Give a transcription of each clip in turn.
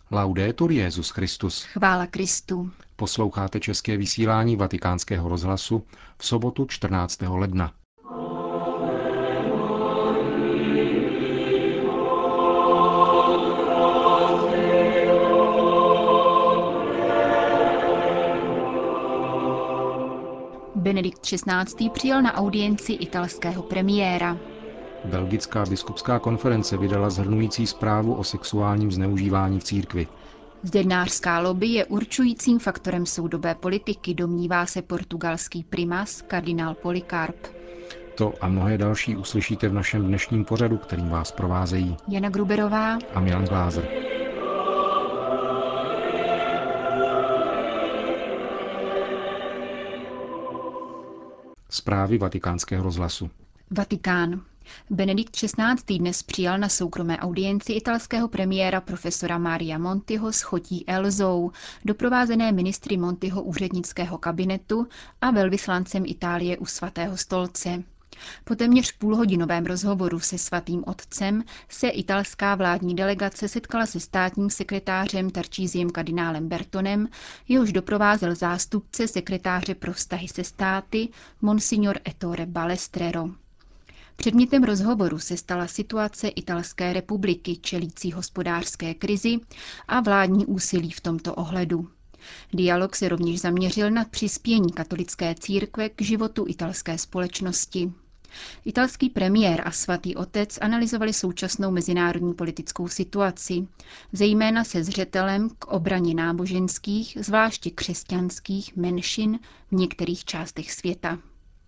Laudetur Jesus Christus. Chvála Kristu. Posloucháte české vysílání Vatikánského rozhlasu v sobotu 14. ledna. Benedikt XVI. Přijel na audienci italského premiéra. Belgická biskupská konference vydala shrnující zprávu o sexuálním zneužívání v církvi. Zednářská lobby je určujícím faktorem soudobé politiky, domnívá se portugalský primas kardinál Policarp. To a mnohé další uslyšíte v našem dnešním pořadu, kterým vás provázejí Jana Gruberová a Milan Glázer. Zprávy Vatikánského rozhlasu. Vatikán. Benedikt XVI. Dnes přijal na soukromé audienci italského premiéra profesora Maria Montiho s chotí Elzou, doprovázené ministry Montiho úřednického kabinetu a velvyslancem Itálie u svatého stolce. Po téměř půlhodinovém rozhovoru se svatým otcem se italská vládní delegace setkala se státním sekretářem Tarcísiem kardinálem Bertonem, jehož doprovázel zástupce sekretáře pro vztahy se státy Monsignor Ettore Balestrero. Předmětem rozhovoru se stala situace Italské republiky čelící hospodářské krizi a vládní úsilí v tomto ohledu. Dialog se rovněž zaměřil na přispění katolické církve k životu italské společnosti. Italský premiér a svatý otec analyzovali současnou mezinárodní politickou situaci, zejména se zřetelem k obraně náboženských, zvláště křesťanských menšin v některých částech světa.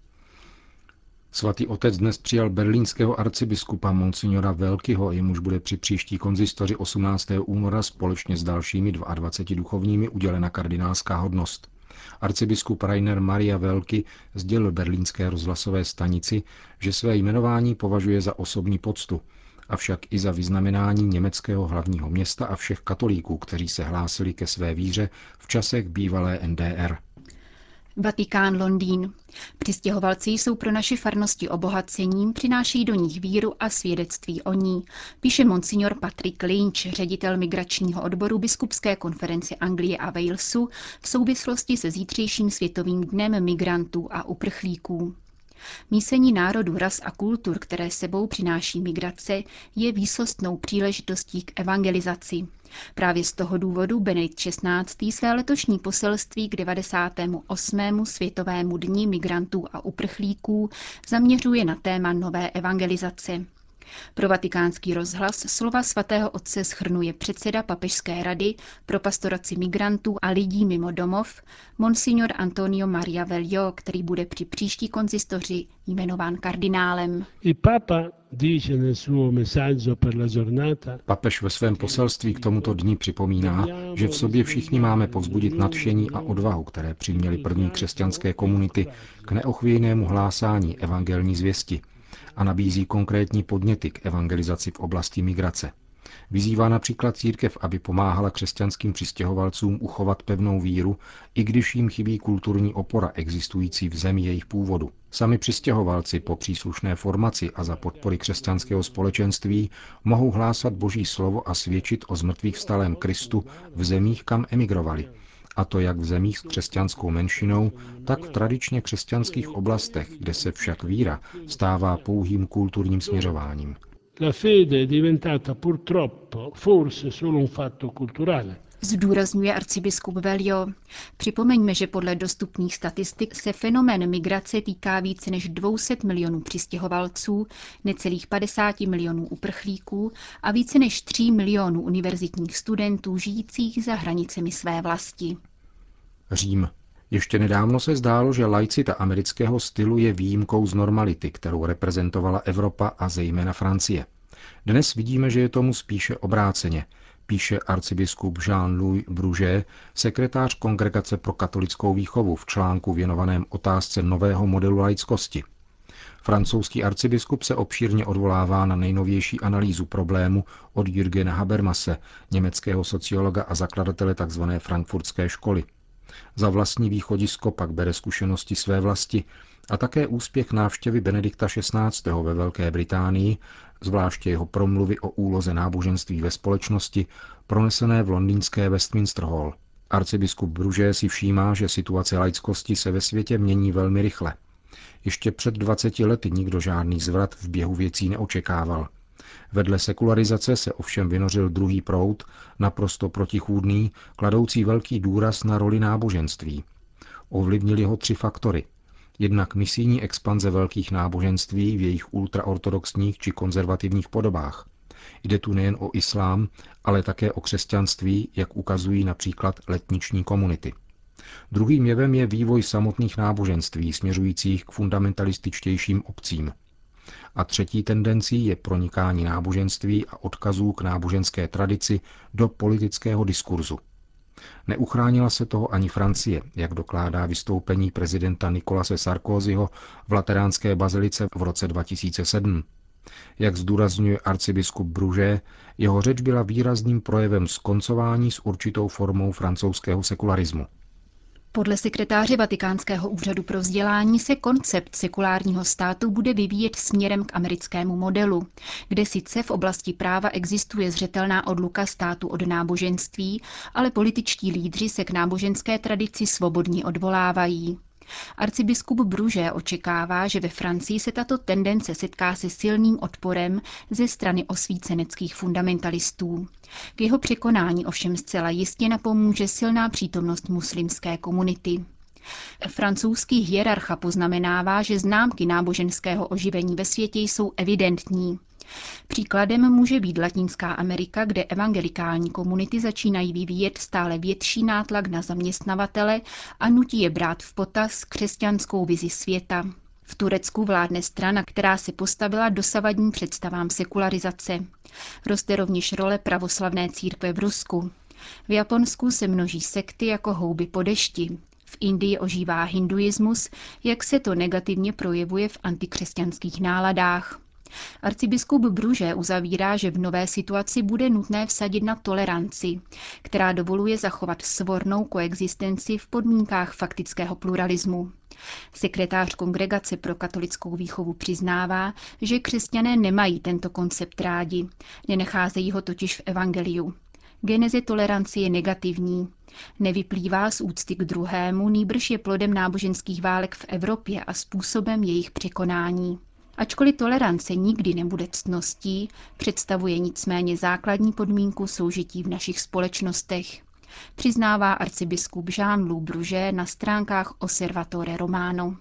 Svatý otec dnes přijal berlínského arcibiskupa Monsignora Welkyho, jemuž bude při příští konzistoři 18. února společně s dalšími 22 duchovními udělena kardinálská hodnost. Arcibiskup Rainer Maria Welky sdělil berlínské rozhlasové stanici, že své jmenování považuje za osobní poctu, avšak i za vyznamenání německého hlavního města a všech katolíků, kteří se hlásili ke své víře v časech bývalé NDR. Vatikán, Londýn. Přistěhovalci jsou pro naše farnosti obohacením, přinášejí do nich víru a svědectví o ní, píše monsignor Patrick Lynch, ředitel migračního odboru Biskupské konference Anglie a Walesu v souvislosti se zítřejším světovým dnem migrantů a uprchlíků. Mísení národů, ras a kultur, které sebou přináší migrace, je výsostnou příležitostí k evangelizaci. Právě z toho důvodu Benedikt XVI. Své letošní poselství k 98. světovému dni migrantů a uprchlíků zaměřuje na téma nové evangelizace. Pro Vatikánský rozhlas slova svatého otce shrnuje předseda Papežské rady pro pastoraci migrantů a lidí mimo domov, Monsignor Antonio Maria Velho, který bude při příští konzistoři jmenován kardinálem. Papež ve svém poselství k tomuto dni připomíná, že v sobě všichni máme povzbudit nadšení a odvahu, které přiměly první křesťanské komunity k neochvějnému hlásání evangelní zvěsti, a nabízí konkrétní podněty k evangelizaci v oblasti migrace. Vyzývá například církev, aby pomáhala křesťanským přistěhovalcům uchovat pevnou víru, i když jim chybí kulturní opora existující v zemi jejich původu. Sami přistěhovalci po příslušné formaci a za podpory křesťanského společenství mohou hlásat Boží slovo a svědčit o zmrtvýchvstalém Kristu v zemích, kam emigrovali. A to jak v zemích s křesťanskou menšinou, tak v tradičně křesťanských oblastech, kde se však víra stává pouhým kulturním směřováním. Zdůrazňuje arcibiskup Velho. Připomeňme, že podle dostupných statistik se fenomén migrace týká více než 200 milionů přistěhovalců, necelých 50 milionů uprchlíků a více než 3 milionů univerzitních studentů žijících za hranicemi své vlasti. Řím. Ještě nedávno se zdálo, že laicita amerického stylu je výjimkou z normality, kterou reprezentovala Evropa a zejména Francie. Dnes vidíme, že je tomu spíše obráceně, píše arcibiskup Jean-Louis Bruget, sekretář Kongregace pro katolickou výchovu v článku věnovaném otázce nového modelu laickosti. Francouzský arcibiskup se obšírně odvolává na nejnovější analýzu problému od Jürgena Habermase, německého sociologa a zakladatele tzv. Frankfurtské školy. Za vlastní východisko pak bere zkušenosti své vlasti A také úspěch návštěvy Benedikta XVI. Ve Velké Británii, zvláště jeho promluvy o úloze náboženství ve společnosti, pronesené v londýnské Westminster Hall. Arcibiskup Bruges si všímá, že situace laickosti se ve světě mění velmi rychle. Ještě před 20 lety nikdo žádný zvrat v běhu věcí neočekával. Vedle sekularizace se ovšem vynořil druhý proud, naprosto protichůdný, kladoucí velký důraz na roli náboženství. Ovlivnili ho 3 faktory. Jednak misijní expanze velkých náboženství v jejich ultraortodoxních či konzervativních podobách. Jde tu nejen o islám, ale také o křesťanství, jak ukazují například letniční komunity. Druhým jevem je vývoj samotných náboženství směřujících k fundamentalističtějším obcím. A třetí tendencí je pronikání náboženství a odkazů k náboženské tradici do politického diskurzu. Neuchránila se toho ani Francie, jak dokládá vystoupení prezidenta Nicolase Sarkozyho v Lateránské bazilice v roce 2007. Jak zdůrazňuje arcibiskup Bruges, jeho řeč byla výrazným projevem skoncování s určitou formou francouzského sekularismu. Podle sekretáře Vatikánského úřadu pro vzdělání se koncept sekulárního státu bude vyvíjet směrem k americkému modelu, kde sice v oblasti práva existuje zřetelná odluka státu od náboženství, ale političtí lídři se k náboženské tradici svobodně odvolávají. Arcibiskup Bruges očekává, že ve Francii se tato tendence setká se silným odporem ze strany osvíceneckých fundamentalistů. K jeho překonání ovšem zcela jistě napomůže silná přítomnost muslimské komunity. Francouzský hierarcha poznamenává, že známky náboženského oživení ve světě jsou evidentní. Příkladem může být Latinská Amerika, kde evangelikální komunity začínají vyvíjet stále větší nátlak na zaměstnavatele a nutí je brát v potaz křesťanskou vizi světa. V Turecku vládne strana, která se postavila dosavadním představám sekularizace. Roste rovněž role pravoslavné církve v Rusku. V Japonsku se množí sekty jako houby po dešti. V Indii ožívá hinduismus, jak se to negativně projevuje v antikřesťanských náladách. Arcibiskup Bruges uzavírá, že v nové situaci bude nutné vsadit na toleranci, která dovoluje zachovat svornou koexistenci v podmínkách faktického pluralismu. Sekretář Kongregace pro katolickou výchovu přiznává, že křesťané nemají tento koncept rádi, nenacházejí ho totiž v evangeliu. Geneze tolerance je negativní. Nevyplývá z úcty k druhému, nýbrž je plodem náboženských válek v Evropě a způsobem jejich překonání. Ačkoliv tolerance nikdy nebude ctností, představuje nicméně základní podmínku soužití v našich společnostech, přiznává arcibiskup Jean-Loup Bruges na stránkách Osservatore Romano.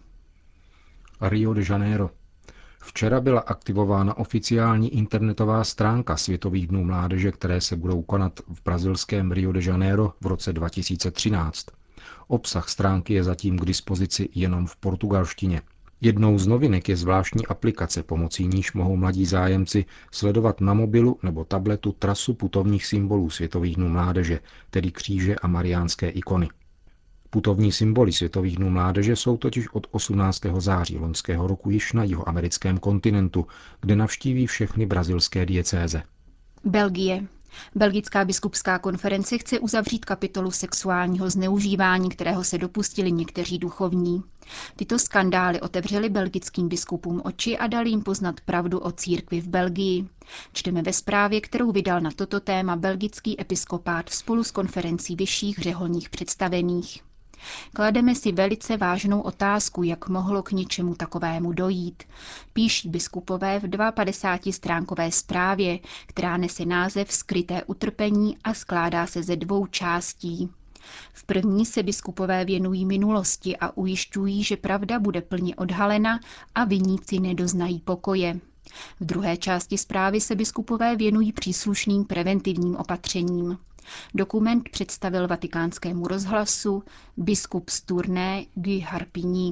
Rio de Janeiro. Včera byla aktivována oficiální internetová stránka Světových dnů mládeže, které se budou konat v brazilském Rio de Janeiro v roce 2013. Obsah stránky je zatím k dispozici jenom v portugalštině. Jednou z novinek je zvláštní aplikace, pomocí níž mohou mladí zájemci sledovat na mobilu nebo tabletu trasu putovních symbolů Světových dnů mládeže, tedy kříže a mariánské ikony. Putovní symboly Světových dnů mládeže jsou totiž od 18. září loňského roku již na jihoamerickém kontinentu, kde navštíví všechny brazilské diecéze. Belgie. Belgická biskupská konference chce uzavřít kapitolu sexuálního zneužívání, kterého se dopustili někteří duchovní. Tyto skandály otevřely belgickým biskupům oči a dali jim poznat pravdu o církvi v Belgii. Čteme ve zprávě, kterou vydal na toto téma belgický episkopát spolu s konferencí vyšších řeholních představených. Klademe si velice vážnou otázku, jak mohlo k něčemu takovému dojít, píší biskupové v 52stránkové zprávě, která nese název Skryté utrpení a skládá se ze 2 částí. V první se biskupové věnují minulosti a ujišťují, že pravda bude plně odhalena a viníci nedoznají pokoje. V druhé části zprávy se biskupové věnují příslušným preventivním opatřením. Dokument představil Vatikánskému rozhlasu biskup z Tournai Guy Harpigny.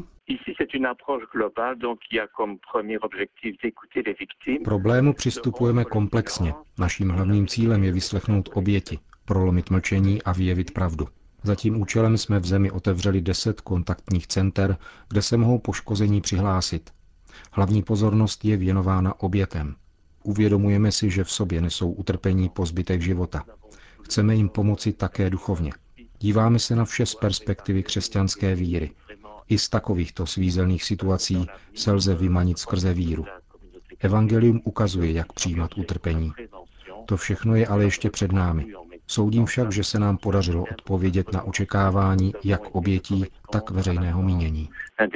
K problému přistupujeme komplexně. Naším hlavním cílem je vyslechnout oběti, prolomit mlčení a vyjevit pravdu. Za tím účelem jsme v zemi otevřeli 10 kontaktních center, kde se mohou poškození přihlásit. Hlavní pozornost je věnována obětem. Uvědomujeme si, že v sobě nesou utrpení po zbytek života. Chceme jim pomoci také duchovně. Díváme se na vše z perspektivy křesťanské víry. I z takovýchto svízelných situací se lze vymanit skrze víru. Evangelium ukazuje, jak přijímat utrpení. To všechno je ale ještě před námi. Soudím však, že se nám podařilo odpovědět na očekávání jak obětí, tak veřejného mínění.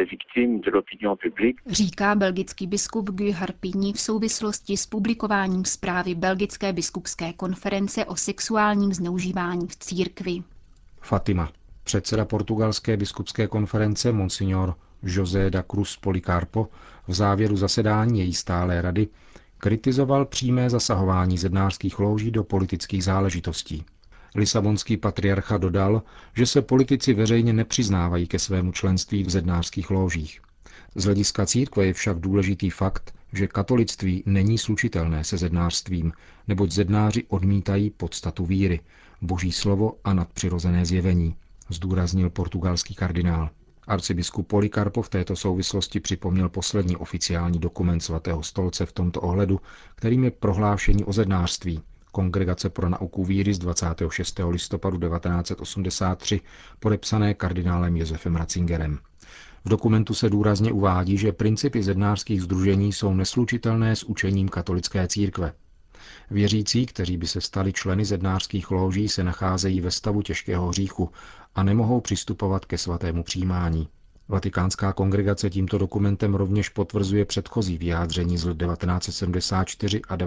Říká belgický biskup Guy Harpigny v souvislosti s publikováním zprávy Belgické biskupské konference o sexuálním zneužívání v církvi. Fatima. Předseda portugalské biskupské konference Monsignor José da Cruz Policarpo v závěru zasedání její stálé rady kritizoval přímé zasahování zednářských lóží do politických záležitostí. Lisabonský patriarcha dodal, že se politici veřejně nepřiznávají ke svému členství v zednářských lóžích. Z hlediska církve je však důležitý fakt, že katolictví není slučitelné se zednářstvím, neboť zednáři odmítají podstatu víry, Boží slovo a nadpřirozené zjevení, zdůraznil portugalský kardinál. Arcibiskup Policarpo v této souvislosti připomněl poslední oficiální dokument svatého stolce v tomto ohledu, kterým je prohlášení o zednářství, Kongregace pro nauku víry z 26. listopadu 1983, podepsané kardinálem Josefem Ratzingerem. V dokumentu se důrazně uvádí, že principy zednářských sdružení jsou neslučitelné s učením katolické církve. Věřící, kteří by se stali členy zednářských lóží, se nacházejí ve stavu těžkého hříchu a nemohou přistupovat ke svatému přijímání. Vatikánská kongregace tímto dokumentem rovněž potvrzuje předchozí vyjádření z let 1974 a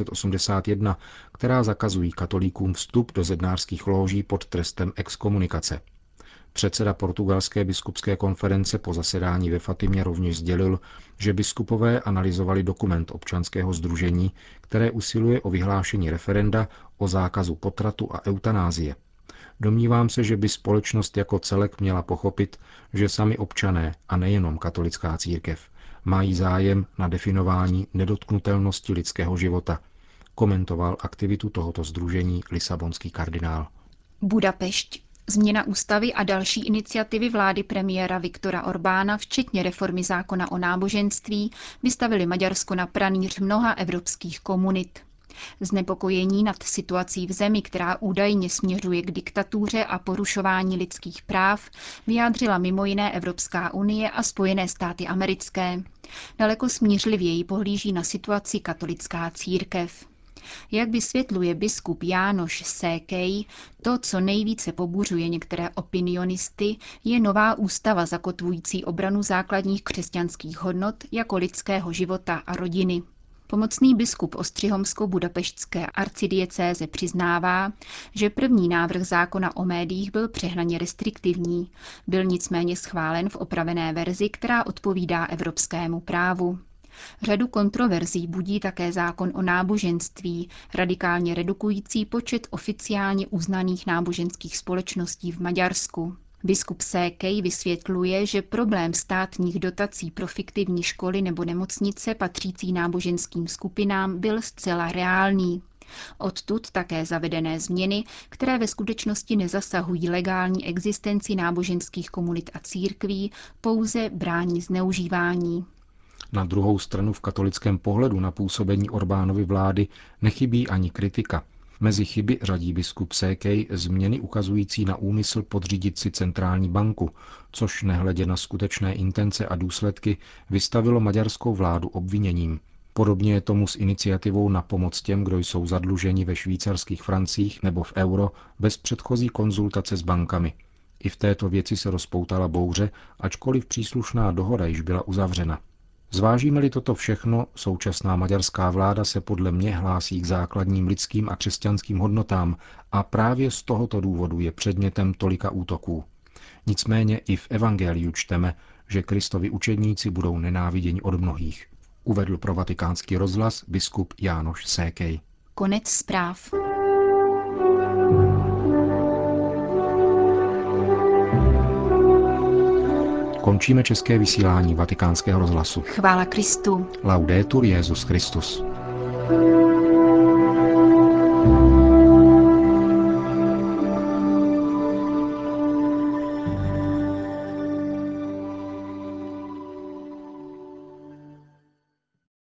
1981, která zakazují katolíkům vstup do zednářských lóží pod trestem exkomunikace. Předseda portugalské biskupské konference po zasedání ve Fatimě rovněž sdělil, že biskupové analyzovali dokument občanského sdružení, které usiluje o vyhlášení referenda o zákazu potratu a eutanázie. Domnívám se, že by společnost jako celek měla pochopit, že sami občané, a nejenom katolická církev, mají zájem na definování nedotknutelnosti lidského života, komentoval aktivitu tohoto sdružení lisabonský kardinál. Budapešť. Změna ústavy a další iniciativy vlády premiéra Viktora Orbána, včetně reformy zákona o náboženství, vystavili Maďarsko na pranýř mnoha evropských komunit. Znepokojení nad situací v zemi, která údajně směřuje k diktatuře a porušování lidských práv, vyjádřila mimo jiné Evropská unie a Spojené státy americké. Daleko smířlivěji pohlíží na situaci katolická církev. Jak vysvětluje biskup Jánoš Székely, to, co nejvíce pobuřuje některé opinionisty, je nová ústava zakotvující obranu základních křesťanských hodnot jako lidského života a rodiny. Pomocný biskup ostřihomsko-budapešťské arcidiecéze přiznává, že první návrh zákona o médiích byl přehnaně restriktivní, byl nicméně schválen v opravené verzi, která odpovídá evropskému právu. Řadu kontroverzí budí také zákon o náboženství, radikálně redukující počet oficiálně uznaných náboženských společností v Maďarsku. Biskup Székely vysvětluje, že problém státních dotací pro fiktivní školy nebo nemocnice patřící náboženským skupinám byl zcela reálný. Odtud také zavedené změny, které ve skutečnosti nezasahují legální existenci náboženských komunit a církví, pouze brání zneužívání. Na druhou stranu v katolickém pohledu na působení Orbánovy vlády nechybí ani kritika. Mezi chyby řadí biskup Székely změny ukazující na úmysl podřídit si centrální banku, což nehledě na skutečné intence a důsledky vystavilo maďarskou vládu obviněním. Podobně je tomu s iniciativou na pomoc těm, kdo jsou zadluženi ve švýcarských francích nebo v euro bez předchozí konzultace s bankami. I v této věci se rozpoutala bouře, ačkoliv příslušná dohoda již byla uzavřena. Zvážíme-li toto všechno, současná maďarská vláda se podle mě hlásí k základním lidským a křesťanským hodnotám a právě z tohoto důvodu je předmětem tolika útoků. Nicméně i v evangeliu čteme, že Kristovi učedníci budou nenáviděni od mnohých. Uvedl pro Vatikánský rozhlas biskup Jánoš Székely. Konec zpráv. Končíme české vysílání Vatikánského rozhlasu. Chvála Kristu. Laudetur Jesus Christus.